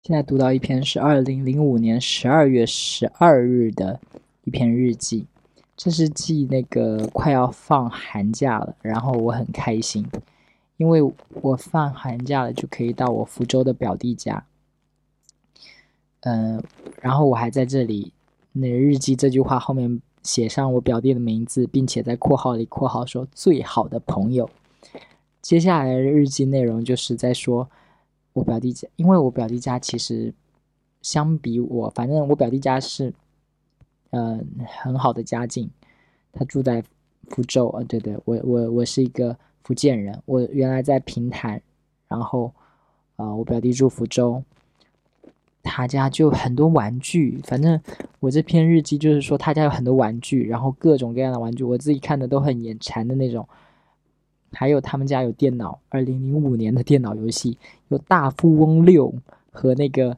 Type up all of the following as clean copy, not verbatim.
现在读到一篇是2005年12月12日的一篇日记，这是记那个快要放寒假了，然后我很开心，因为我放寒假了就可以到我福州的表弟家，然后我还在这里，那日记这句话后面写上我表弟的名字，并且在括号里括号说最好的朋友。接下来的日记内容就是在说我表弟家，因为我表弟家其实相比我，反正我表弟家是很好的家境，他住在福州对对，我是一个福建人，我原来在平潭，然后我表弟住福州，他家就很多玩具，反正我这篇日记就是说他家有很多玩具，然后各种各样的玩具，我自己看的都很眼馋的那种。还有他们家有电脑，2005年的电脑游戏，有大富翁6和那个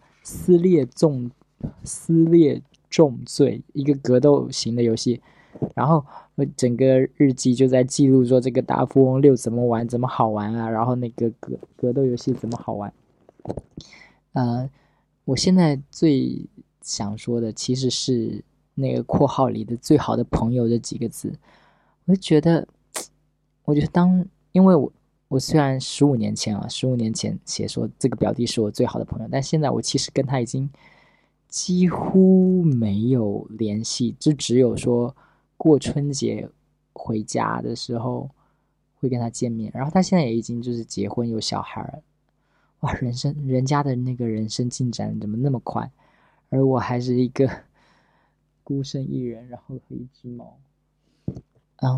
撕裂重罪，一个格斗型的游戏。然后我整个日记就在记录说这个大富翁6怎么玩，怎么好玩啊，然后那个格斗游戏怎么好玩。我现在最想说的其实是那个括号里的最好的朋友这几个字，我就觉得，因为我虽然15年前写说这个表弟是我最好的朋友，但现在我其实跟他已经几乎没有联系，就只有说过春节回家的时候会跟他见面，然后他现在也已经就是结婚有小孩了。哇，人家的那个人生进展怎么那么快，而我还是一个孤身一人，然后和一只猫。嗯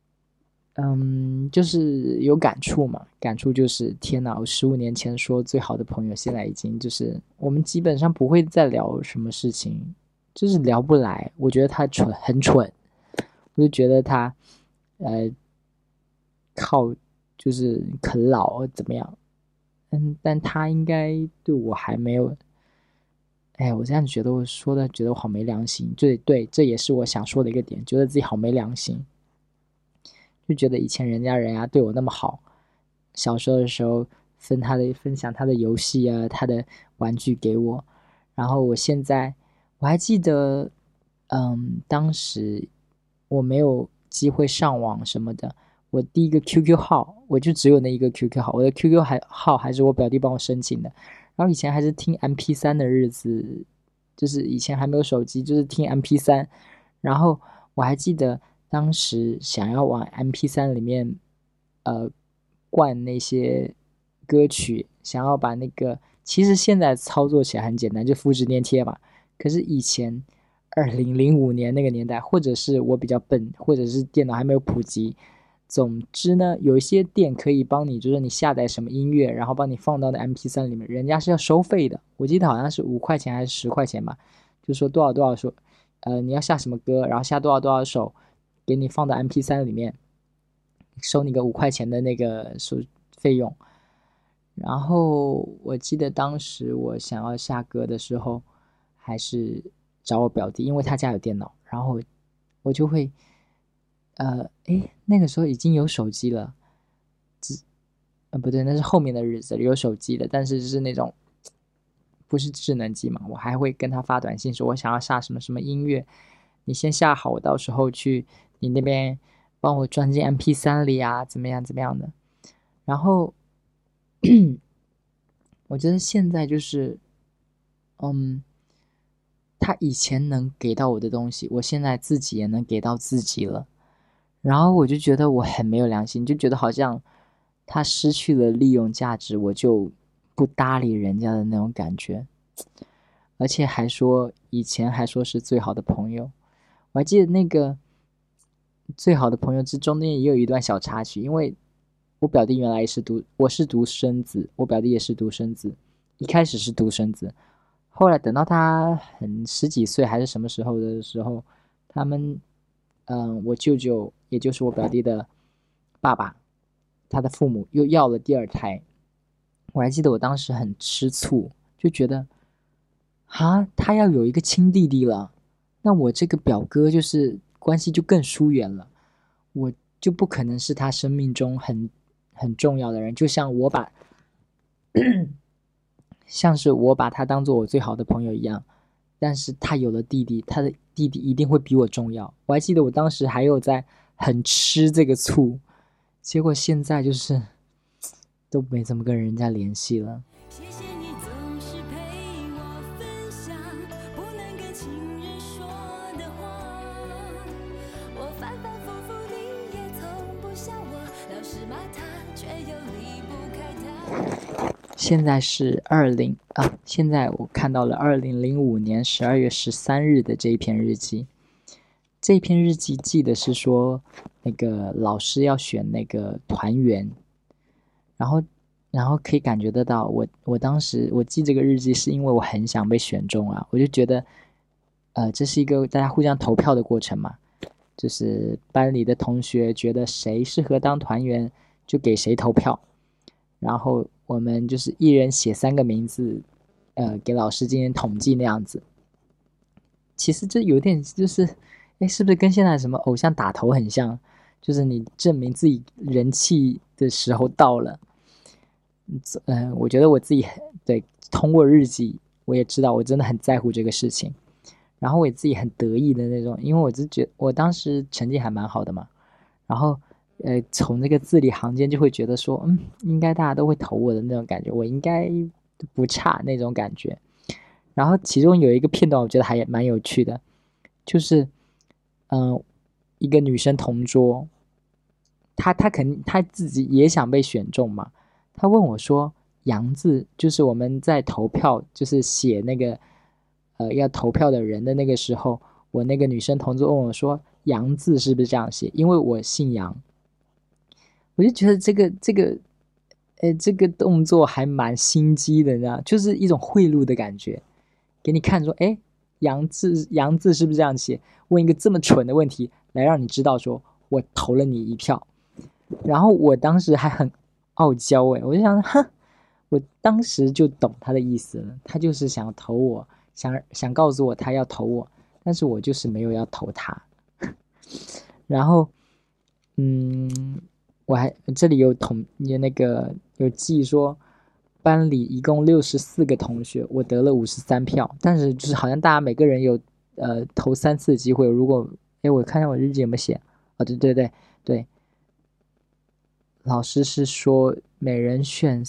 就是有感触嘛，感触就是天哪，我15年前说最好的朋友，现在已经就是我们基本上不会再聊什么事情，就是聊不来。我觉得他很蠢，我就觉得他呃靠就是啃老怎么样，但他应该对我还没有。哎，我这样觉得，我说的觉得我好没良心。对对，这也是我想说的一个点，觉得自己好没良心，就觉得以前人家对我那么好，小时候的时候分享他的游戏啊，他的玩具给我，然后我还记得，当时我没有机会上网什么的，我第一个 QQ 号我就只有那一个 QQ 号，我的 QQ 号还是我表弟帮我申请的，然后以前还是听 MP3的日子，就是以前还没有手机，就是听 MP3，然后我还记得当时想要往 MP3里面呃灌那些歌曲，想要把那个其实现在操作起来很简单，就复制粘贴嘛。可是以前2005年那个年代，或者是我比较笨，或者是电脑还没有普及。总之呢，有一些店可以帮你，就是你下载什么音乐，然后帮你放到那 MP3里面，人家是要收费的。我记得好像是5块钱还是10块钱吧，就说多少多少首，你要下什么歌，然后下多少多少首，给你放到 MP3里面，收你个5块钱的那个费用。然后我记得当时我想要下歌的时候，还是找我表弟，因为他家有电脑，然后我就会，那个时候已经有手机了，不对，那是后面的日子有手机的，但是是那种不是智能机嘛，我还会跟他发短信说，我想要下什么什么音乐，你先下好，我到时候去你那边帮我装进 MP3里啊，怎么样怎么样的。然后我觉得现在就是，嗯，他以前能给到我的东西，我现在自己也能给到自己了。然后我就觉得我很没有良心，就觉得好像他失去了利用价值，我就不搭理人家的那种感觉。而且还说以前还说是最好的朋友，我还记得那个最好的朋友之中间也有一段小插曲，因为我表弟原来我是独生子，我表弟也是独生子，一开始是独生子，后来等到他十几岁还是什么时候的时候，他们我舅舅也就是我表弟的爸爸，他的父母又要了第二胎，我还记得我当时很吃醋，就觉得他要有一个亲弟弟了，那我这个表哥就是关系就更疏远了，我就不可能是他生命中很重要的人，就像我把像是我把他当做我最好的朋友一样，但是他有了弟弟，他的弟弟一定会比我重要。我还记得我当时还有在很吃这个醋，结果现在就是都没怎么跟人家联系了。 谢谢你总是陪我分享不能跟情人说的话，我反反复复你也从不想我，老是骂他却又离不开他。 现在是现在我看到了2005年12月13日的这一篇日记。这篇日记记得是说，那个老师要选那个团员，然后可以感觉得到，我当时我记这个日记是因为我很想被选中啊，我就觉得，这是一个大家互相投票的过程嘛，就是班里的同学觉得谁适合当团员，就给谁投票，然后我们就是一人写3个名字，给老师进行统计那样子。其实这有点就是，是不是跟现在什么偶像打头很像？就是你证明自己人气的时候到了。我觉得我自己对通过日记，我也知道我真的很在乎这个事情，然后我也自己很得意的那种，因为我就觉得我当时成绩还蛮好的嘛，然后从那个字里行间就会觉得说，应该大家都会投我的那种感觉，我应该不差那种感觉。然后其中有一个片段我觉得还蛮有趣的，就是一个女生同桌，她肯定她自己也想被选中嘛，她问我说杨字，就是我们在投票就是写那个要投票的人的那个时候，我那个女生同桌问我说杨字是不是这样写，因为我姓杨。我就觉得这个动作还蛮心机的，你知道，就是一种贿赂的感觉，给你看说，杨字是不是这样写？问一个这么蠢的问题，来让你知道说我投了你一票。然后我当时还很傲娇，我就想，我当时就懂他的意思了，他就是想投我，想告诉我他要投我，但是我就是没有要投他。然后，我还这里有记说，班里一共64个同学，我得了53票，但是就是好像大家每个人有投3次的机会。如果我看一下我日记有没有写对，老师是说每人选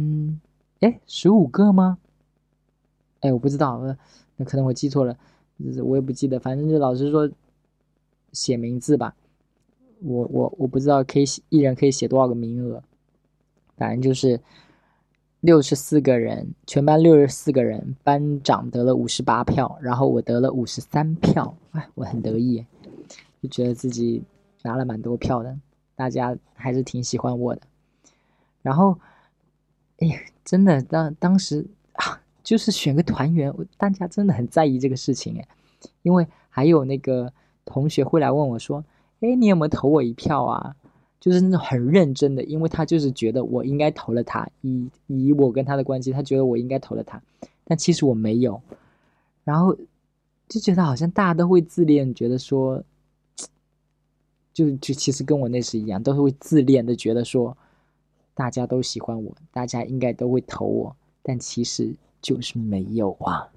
15个吗？我不知道，那可能我记错了，我也不记得，反正就老师说写名字吧。我不知道一人可以写多少个名额，反正就是64个人，全班64个人，班长得了58票，然后我得了53票，我很得意，就觉得自己拿了蛮多票的，大家还是挺喜欢我的。然后，真的当时就是选个团员，大家真的很在意这个事情因为还有那个同学会来问我说，你有没有投我一票啊？就是那种很认真的，因为他就是觉得我应该投了他，以我跟他的关系，他觉得我应该投了他，但其实我没有。然后就觉得好像大家都会自恋，觉得说，就其实跟我那时一样，都是会自恋的觉得说，大家都喜欢我，大家应该都会投我，但其实就是没有啊。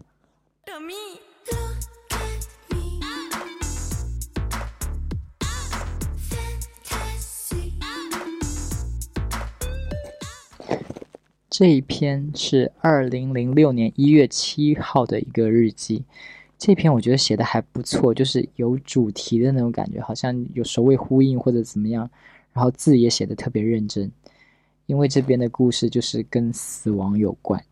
这一篇是2006年1月7号的一个日记，这篇我觉得写的还不错，就是有主题的那种感觉，好像有首尾呼应或者怎么样，然后字也写的特别认真，因为这边的故事就是跟死亡有关。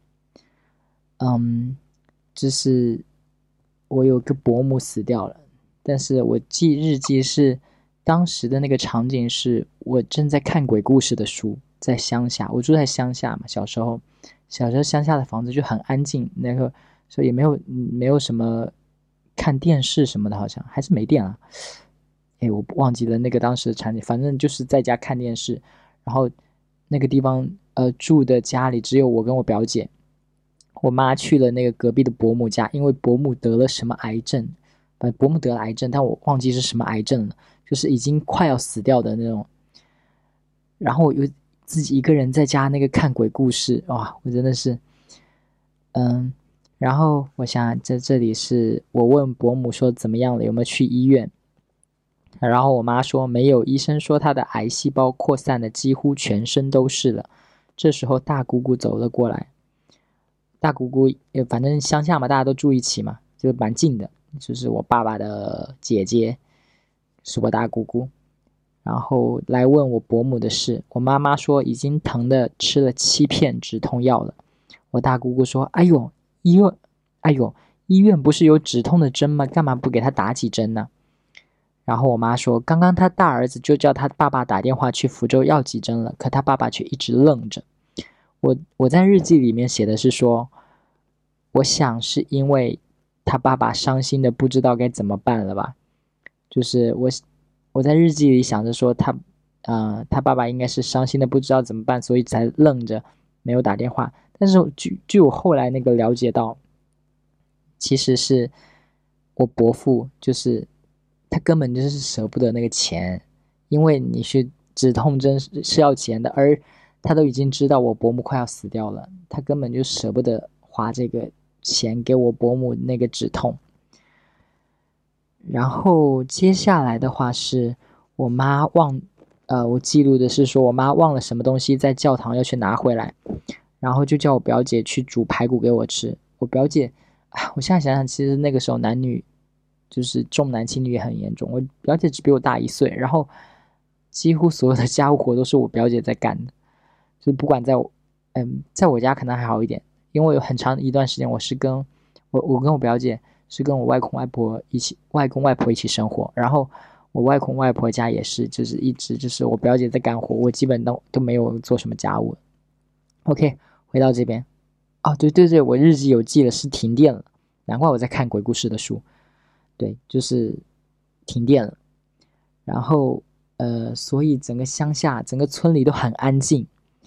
就是我有个伯母死掉了，但是我记日记是当时的那个场景是我正在看鬼故事的书，在乡下，我住在乡下嘛，小时候乡下的房子就很安静，那个所以也没有什么看电视什么的，好像还是没电了。我忘记了那个当时的场景，反正就是在家看电视，然后那个地方住的家里只有我跟我表姐，我妈去了那个隔壁的伯母家，因为伯母得了什么癌症，伯母得了癌症，但我忘记是什么癌症了，就是已经快要死掉的那种。然后我又自己一个人在家那个看鬼故事，哇，我真的是然后我想在这里是我问伯母说怎么样了，有没有去医院，然后我妈说没有，医生说她的癌细胞扩散的几乎全身都是了。这时候大姑姑走了过来，大姑姑反正乡下嘛，大家都住一起嘛，就蛮近的，就是我爸爸的姐姐是我大姑姑，然后来问我伯母的事。我妈妈说已经疼的吃了7片止痛药了。我大姑姑说哎呦医院不是有止痛的针吗？干嘛不给他打几针呢？然后我妈说刚刚他大儿子就叫他爸爸打电话去福州要几针了，可他爸爸却一直愣着。我在日记里面写的是说，我想是因为他爸爸伤心的不知道该怎么办了吧。就是我在日记里想着说他爸爸应该是伤心的不知道怎么办，所以才愣着没有打电话。但是据我后来那个了解到，其实是我伯父，就是他根本就是舍不得那个钱，因为你去止痛针是要钱的，而他都已经知道我伯母快要死掉了，他根本就舍不得花这个钱给我伯母那个止痛。然后接下来的话是我妈我记录的是说我妈忘了什么东西在教堂要去拿回来，然后就叫我表姐去煮排骨给我吃。我表姐，我现在想想，其实那个时候男女就是重男轻女也很严重。我表姐只比我大1岁，然后几乎所有的家务活都是我表姐在干的，就不管在我家可能还好一点，因为有很长一段时间我是跟我表姐是跟我外公外婆一起生活，然后我外公外婆家也是，就是一直就是我表姐在干活，我基本都没有做什么家务。OK， 回到这边，对，我日记有记了是停电了，难怪我在看鬼故事的书。对，就是停电了，然后所以整个乡下整个村里都很安静。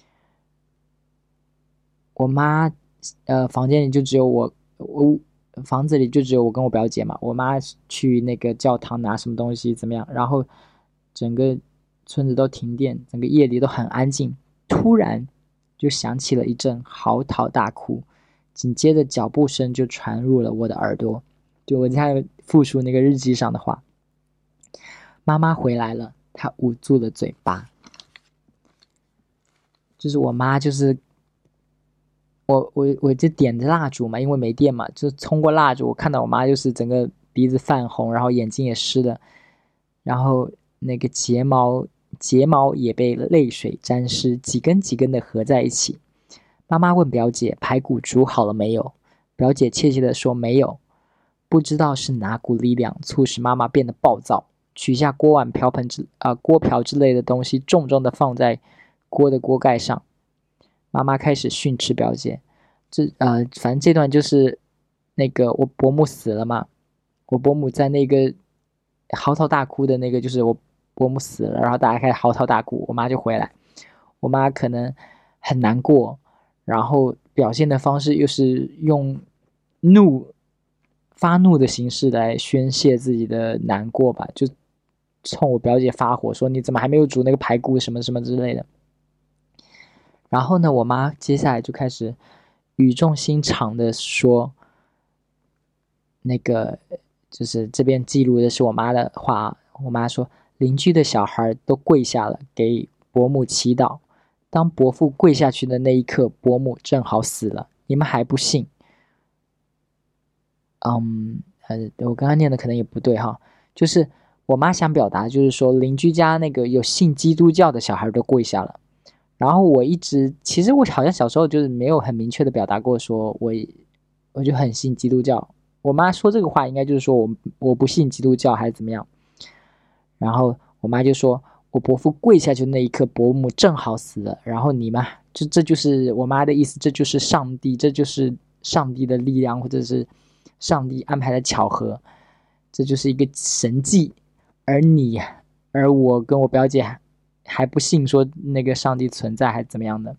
我妈房间里就只有我房子里就只有我跟我表姐嘛。我妈去那个教堂拿什么东西怎么样，然后整个村子都停电，整个夜里都很安静。突然就响起了一阵嚎啕大哭，紧接着脚步声就传入了我的耳朵。就我现在复述那个日记上的话，妈妈回来了，她捂住了嘴巴。就是我妈就是我就点着蜡烛嘛，因为没电嘛，就冲过蜡烛，我看到我妈就是整个鼻子泛红，然后眼睛也湿了，然后那个睫毛也被泪水沾湿，几根几根的合在一起。妈妈问表姐排骨煮好了没有，表姐怯怯地说没有。不知道是哪股力量促使妈妈变得暴躁，取下锅碗瓢盆锅瓢之类的东西，重重的放在锅的锅盖上。妈妈开始训斥表姐，反正这段就是那个我伯母死了嘛，我伯母在那个嚎啕大哭的那个，就是我伯母死了，然后大家开始嚎啕大哭，我妈就回来，我妈可能很难过，然后表现的方式又是用发怒的形式来宣泄自己的难过吧，就冲我表姐发火，说你怎么还没有煮那个排骨什么什么之类的。然后呢，我妈接下来就开始语重心长的说，那个就是这边记录的是我妈的话，我妈说邻居的小孩都跪下了给伯母祈祷，当伯父跪下去的那一刻，伯母正好死了，你们还不信？我刚刚念的可能也不对哈，就是我妈想表达就是说邻居家那个有信基督教的小孩都跪下了。然后其实我好像小时候就是没有很明确的表达过说我就很信基督教。我妈说这个话应该就是说我不信基督教还是怎么样。然后我妈就说我伯父跪下去的那一刻，伯母正好死了，然后你嘛，这就是我妈的意思，这就是上帝，这就是上帝的力量，或者是上帝安排的巧合，这就是一个神迹。而我跟我表姐还不信说那个上帝存在还是怎么样的。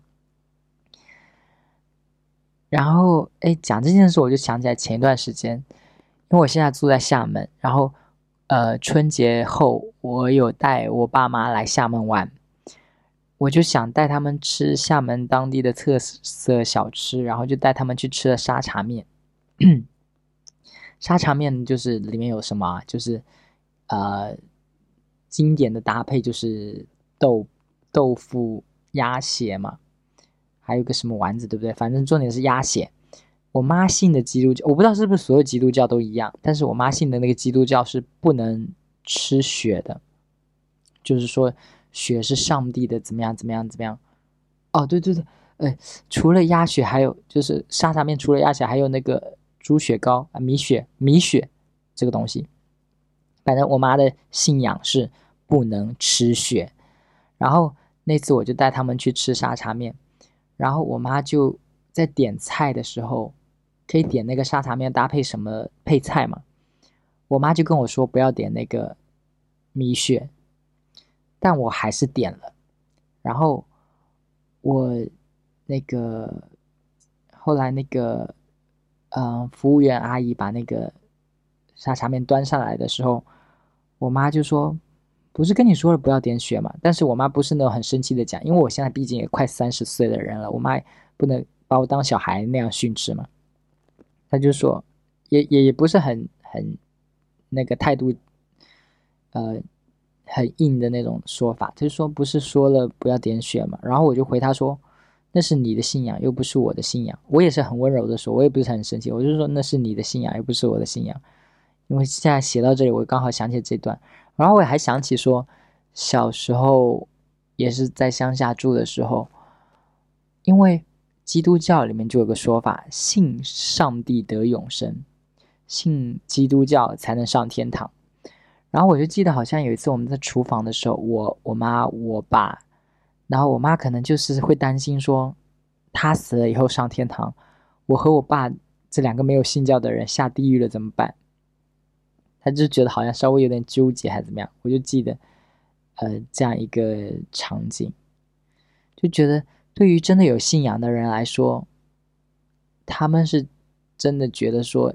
然后讲这件事我就想起来前一段时间，因为我现在住在厦门，然后春节后我有带我爸妈来厦门玩， 我就想带他们吃厦门当地的特色小吃，然后就带他们去吃了沙茶面。沙茶面就是里面有什么啊？就是经典的搭配就是豆腐鸭血嘛，还有个什么丸子，对不对？反正重点是鸭血。我妈信的基督教，我不知道是不是所有基督教都一样，但是我妈信的那个基督教是不能吃血的，就是说血是上帝的，怎么样怎么样怎么样。哦，对对对，除了鸭血，还有就是沙茶面，除了鸭血，还有那个猪血糕啊，米血这个东西。反正我妈的信仰是不能吃血。然后那次我就带他们去吃沙茶面，然后我妈就在点菜的时候，可以点那个沙茶面搭配什么配菜嘛？我妈就跟我说不要点那个米血，但我还是点了。然后我那个后来那个服务员阿姨把那个沙茶面端上来的时候，我妈就说不是跟你说了不要点血嘛？但是我妈不是那种很生气的讲，因为我现在毕竟也快30岁的人了，我妈不能把我当小孩那样训斥嘛。她就说也不是很那个态度很硬的那种说法，就是说不是说了不要点血嘛？然后我就回她说那是你的信仰，又不是我的信仰。我也是很温柔的说，我也不是很生气，我就说那是你的信仰，又不是我的信仰。因为现在写到这里，我刚好想起这段，然后我还想起说，小时候也是在乡下住的时候，因为基督教里面就有个说法，信上帝得永生，信基督教才能上天堂。然后我就记得好像有一次我们在厨房的时候，我妈我爸，然后我妈可能就是会担心说，他死了以后上天堂，我和我爸这两个没有信教的人下地狱了怎么办？他就觉得好像稍微有点纠结还是怎么样，我就记得这样一个场景，就觉得对于真的有信仰的人来说，他们是真的觉得说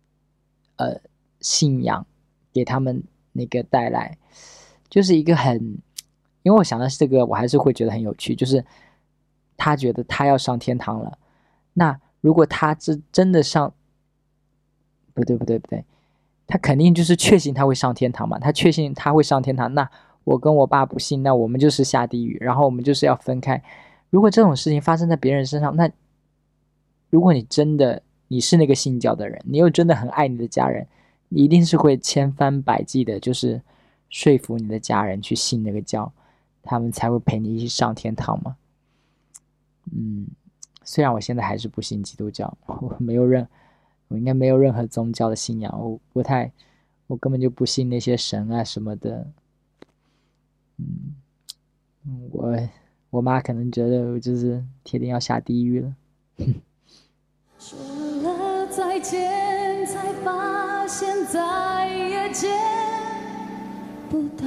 信仰给他们那个带来就是一个很，因为我想到这个我还是会觉得很有趣，就是他觉得他要上天堂了，那如果他真的上，不对，他肯定就是确信他会上天堂嘛，他确信他会上天堂，那我跟我爸不信，那我们就是下地狱，然后我们就是要分开。如果这种事情发生在别人身上，那如果你是那个信教的人，你又真的很爱你的家人，你一定是会千方百计的，就是说服你的家人去信那个教，他们才会陪你一起上天堂嘛。虽然我现在还是不信基督教，我应该没有任何宗教的信仰，我根本就不信那些神啊什么的。我妈可能觉得我就是铁定要下地狱了。 说了再见，才发现再也见不到。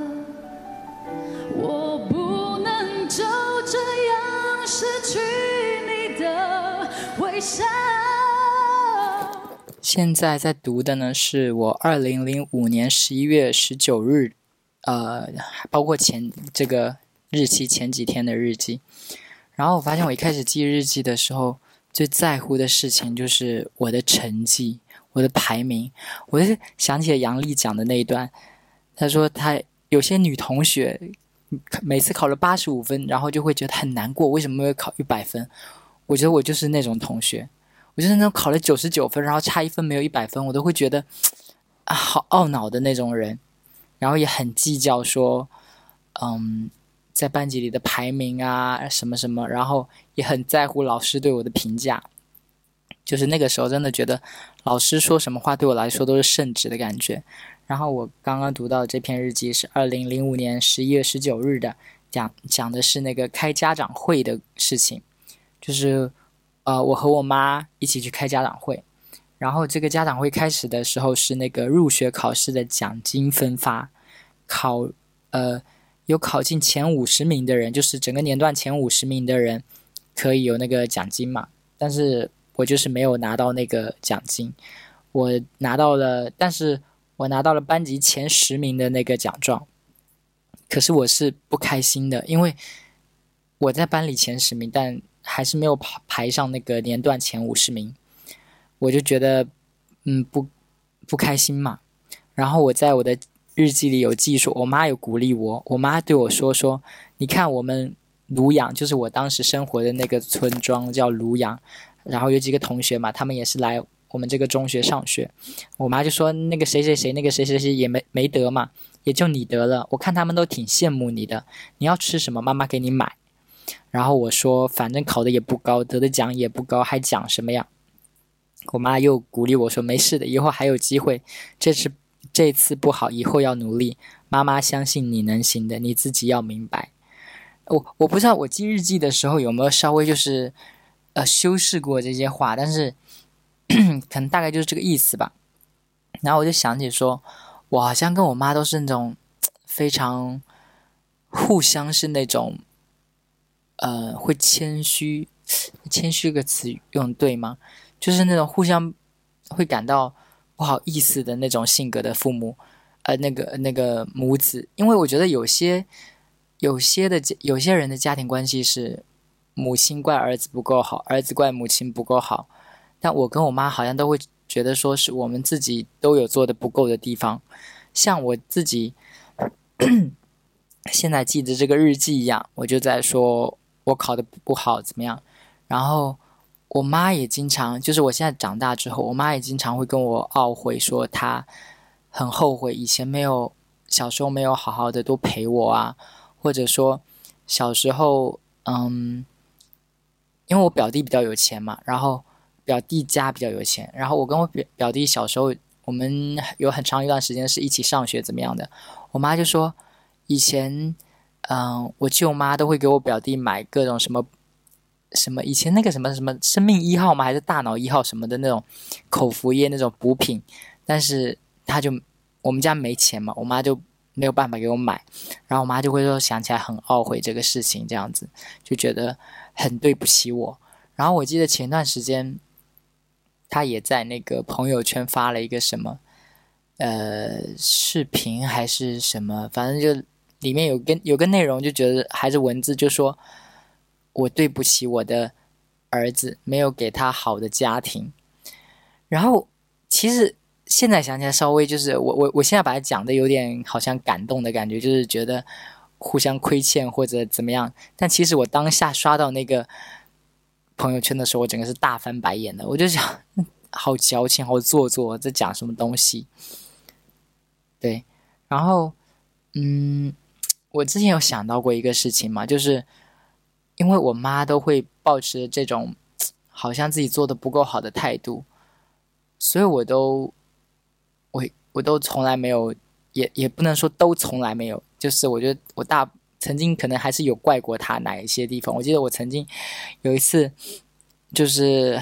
我不能就这样失去你的微笑。 现在在读的呢是我2005年11月19日，包括这个日期前几天的日记。然后我发现我一开始记日记的时候，最在乎的事情就是我的成绩，我的排名。我就想起了杨丽讲的那一段，她说她有些女同学每次考了85分，然后就会觉得很难过，为什么没有考100分？我觉得我就是那种同学，我就是那种考了99分，然后差1分没有100分，我都会觉得好懊恼的那种人，然后也很计较说，在班级里的排名啊什么什么，然后也很在乎老师对我的评价。就是那个时候真的觉得老师说什么话对我来说都是圣旨的感觉。然后我刚刚读到这篇日记是2005年11月19日的，讲的是那个开家长会的事情，就是我和我妈一起去开家长会，然后这个家长会开始的时候是那个入学考试的奖金分发，有考进前50名的人，就是整个年段前50名的人可以有那个奖金嘛，但是我就是没有拿到那个奖金，但是我拿到了班级前10名的那个奖状。可是我是不开心的，因为我在班里前10名，但还是没有排上那个年段前50名，我就觉得不开心嘛。然后我在我的日记里有记说，我妈有鼓励我，我妈对我说，你看我们庐阳，就是我当时生活的那个村庄叫庐阳，然后有几个同学嘛，他们也是来我们这个中学上学，我妈就说那个谁谁谁，那个谁谁谁也没得嘛，也就你得了，我看他们都挺羡慕你的，你要吃什么妈妈给你买。然后我说反正考的也不高，得的奖也不高，还讲什么呀？我妈又鼓励我说没事的，以后还有机会，这次不好，以后要努力，妈妈相信你能行的，你自己要明白。我不知道我记日记的时候有没有稍微就是修饰过这些话，但是可能大概就是这个意思吧。然后我就想起说，我好像跟我妈都是那种非常互相是那种会谦虚个词用对吗？就是那种互相会感到不好意思的那种性格的父母，那个母子。因为我觉得有些人的家庭关系是母亲怪儿子不够好，儿子怪母亲不够好，但我跟我妈好像都会觉得说是我们自己都有做的不够的地方。像我自己现在记的这个日记一样，我就在说我考的不好怎么样，然后我妈也经常，就是我现在长大之后，我妈也经常会跟我懊悔说她很后悔以前小时候没有好好的多陪我啊，或者说小时候因为我表弟比较有钱嘛，然后表弟家比较有钱，然后我跟我表弟小时候我们有很长一段时间是一起上学怎么样的，我妈就说以前我舅妈都会给我表弟买各种什么以前那个什么生命1号吗还是大脑1号什么的那种口服液那种补品，但是我们家没钱嘛，我妈就没有办法给我买，然后我妈就会说想起来很懊悔这个事情，这样子就觉得很对不起我。然后我记得前段时间她也在那个朋友圈发了一个什么视频还是什么，反正就里面有个内容，就觉得还是文字，就说我对不起我的儿子，没有给他好的家庭。然后其实现在想起来稍微就是我现在把它讲的有点好像感动的感觉，就是觉得互相亏欠或者怎么样，但其实我当下刷到那个朋友圈的时候，我整个是大翻白眼的，我就想好矫情好做作，在讲什么东西。对，然后我之前有想到过一个事情嘛，就是因为我妈都会抱持这种好像自己做的不够好的态度，所以我都从来没有，也不能说都从来没有，就是我觉得我曾经可能还是有怪过她哪一些地方。我记得我曾经有一次就是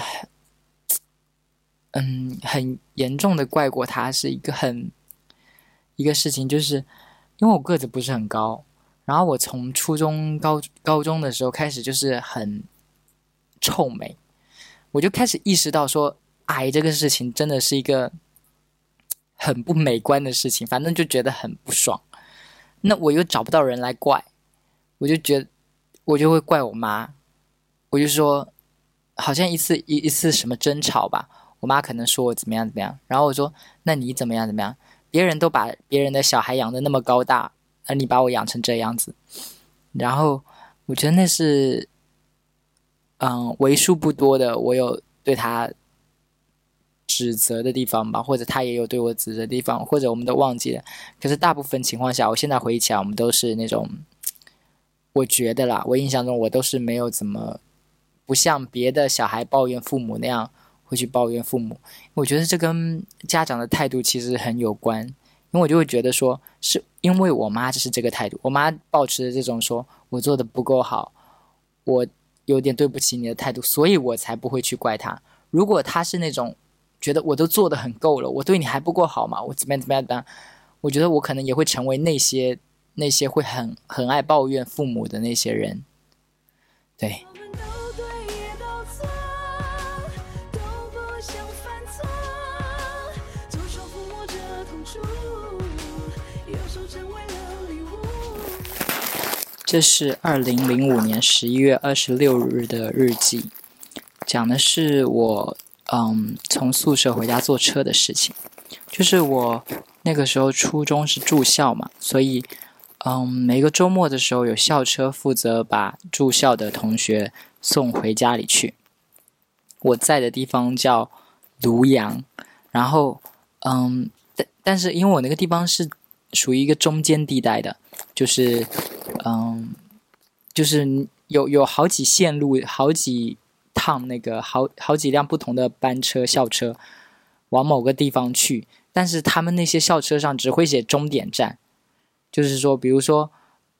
很严重的怪过她，是一个事情，就是因为我个子不是很高，然后我从初中高中的时候开始就是很臭美，我就开始意识到说矮这个事情真的是一个很不美观的事情，反正就觉得很不爽。那我又找不到人来怪，我就会怪我妈，我就说好像一次什么争吵吧，我妈可能说我怎么样，然后我说那你怎么样，别人都把别人的小孩养得那么高大，而你把我养成这样子。然后我觉得那是为数不多的我有对他指责的地方吧，或者他也有对我指责的地方，或者我们都忘记了。可是大部分情况下，我现在回忆起来，我们都是那种，我觉得啦，我印象中我都是没有怎么不像别的小孩抱怨父母那样会去抱怨父母。我觉得这跟家长的态度其实很有关，因为我就会觉得说是因为我妈就是这个态度，我妈抱持的这种说我做的不够好，我有点对不起你的态度，所以我才不会去怪她。如果她是那种觉得我都做得很够了，我对你还不够好吗？我怎么样，我觉得我可能也会成为那些会很爱抱怨父母的那些人。对， 这是2005年11月26日的日记，讲的是我从宿舍回家坐车的事情。就是我那个时候初中是住校嘛，所以每个周末的时候有校车负责把住校的同学送回家里去。我在的地方叫庐阳，然后但是因为我那个地方是属于一个中间地带的，就是有好几线路，好几趟那个好几辆不同的班车校车往某个地方去，但是他们那些校车上只会写终点站，就是说比如说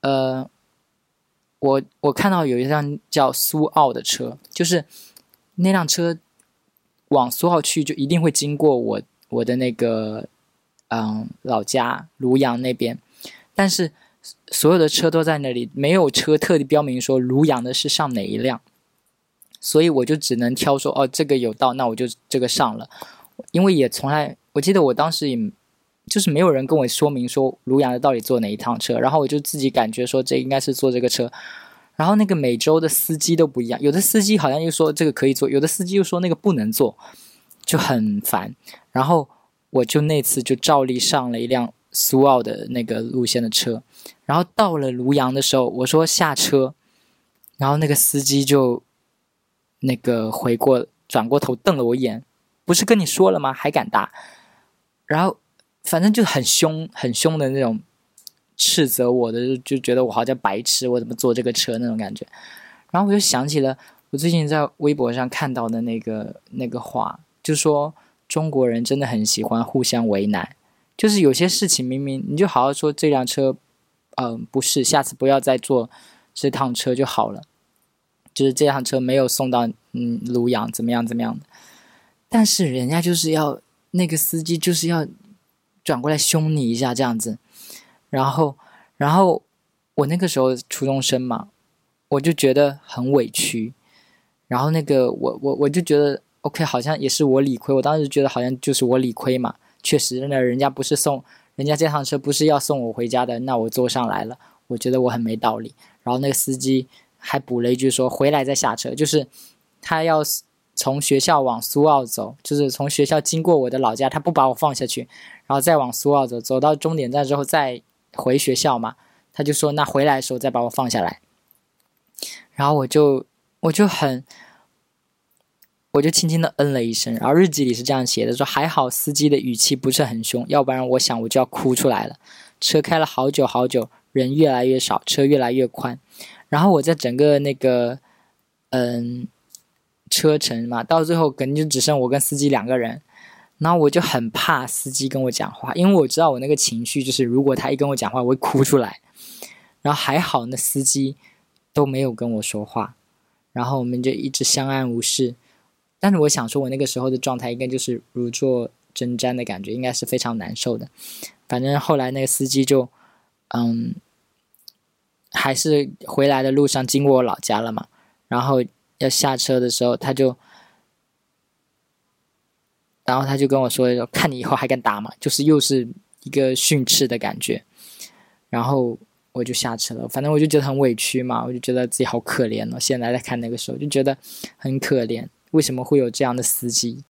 我看到有一辆叫苏澳的车，就是那辆车往苏澳去就一定会经过我的那个老家庐阳那边，但是所有的车都在那里，没有车特地标明说庐阳的是上哪一辆，所以我就只能挑说这个有到，那我就这个上了。因为也从来，我记得我当时也就是没有人跟我说明说庐阳的到底坐哪一趟车，然后我就自己感觉说这应该是坐这个车，然后那个每周的司机都不一样，有的司机好像又说这个可以坐，有的司机又说那个不能坐，就很烦。然后我就那次就照例上了一辆苏澳的那个路线的车，然后到了庐阳的时候，我说下车，然后那个司机就那个转过头瞪了我一眼，不是跟你说了吗？还敢打？然后反正就很凶的那种斥责我的，就觉得我好像白痴，我怎么坐这个车那种感觉。然后我就想起了我最近在微博上看到的那个话，就说中国人真的很喜欢互相为难，就是有些事情明明你就好好说这辆车不是，下次不要再坐这趟车就好了，就是这辆车没有送到庐阳怎么样的，但是人家就是要那个司机就是要转过来凶你一下这样子。然后我那个时候初中生嘛，我就觉得很委屈，然后那个我就觉得 OK， 好像也是我理亏，我当时觉得好像就是我理亏嘛，确实那人家这趟车不是要送我回家的，那我坐上来了，我觉得我很没道理。然后那个司机还补了一句说回来再下车，就是他要从学校往苏澳走，就是从学校经过我的老家，他不把我放下去，然后再往苏澳走，走到终点站之后再回学校嘛，他就说那回来的时候再把我放下来。然后我就轻轻的嗯了一声，然后日记里是这样写的，说还好司机的语气不是很凶，要不然我想我就要哭出来了。车开了好久好久，人越来越少，车越来越宽，然后我在整个那个车程嘛，到最后肯定就只剩我跟司机两个人，然后我就很怕司机跟我讲话，因为我知道我那个情绪就是如果他一跟我讲话我会哭出来。然后还好那司机都没有跟我说话，然后我们就一直相安无事。但是我想说我那个时候的状态应该就是如坐针毡的感觉，应该是非常难受的。反正后来那个司机就还是回来的路上经过我老家了嘛，然后要下车的时候然后他就跟我说看你以后还敢打吗，就是又是一个训斥的感觉。然后我就下车了，反正我就觉得很委屈嘛，我就觉得自己好可怜哦。现在在看那个时候就觉得很可怜，为什么会有这样的司机？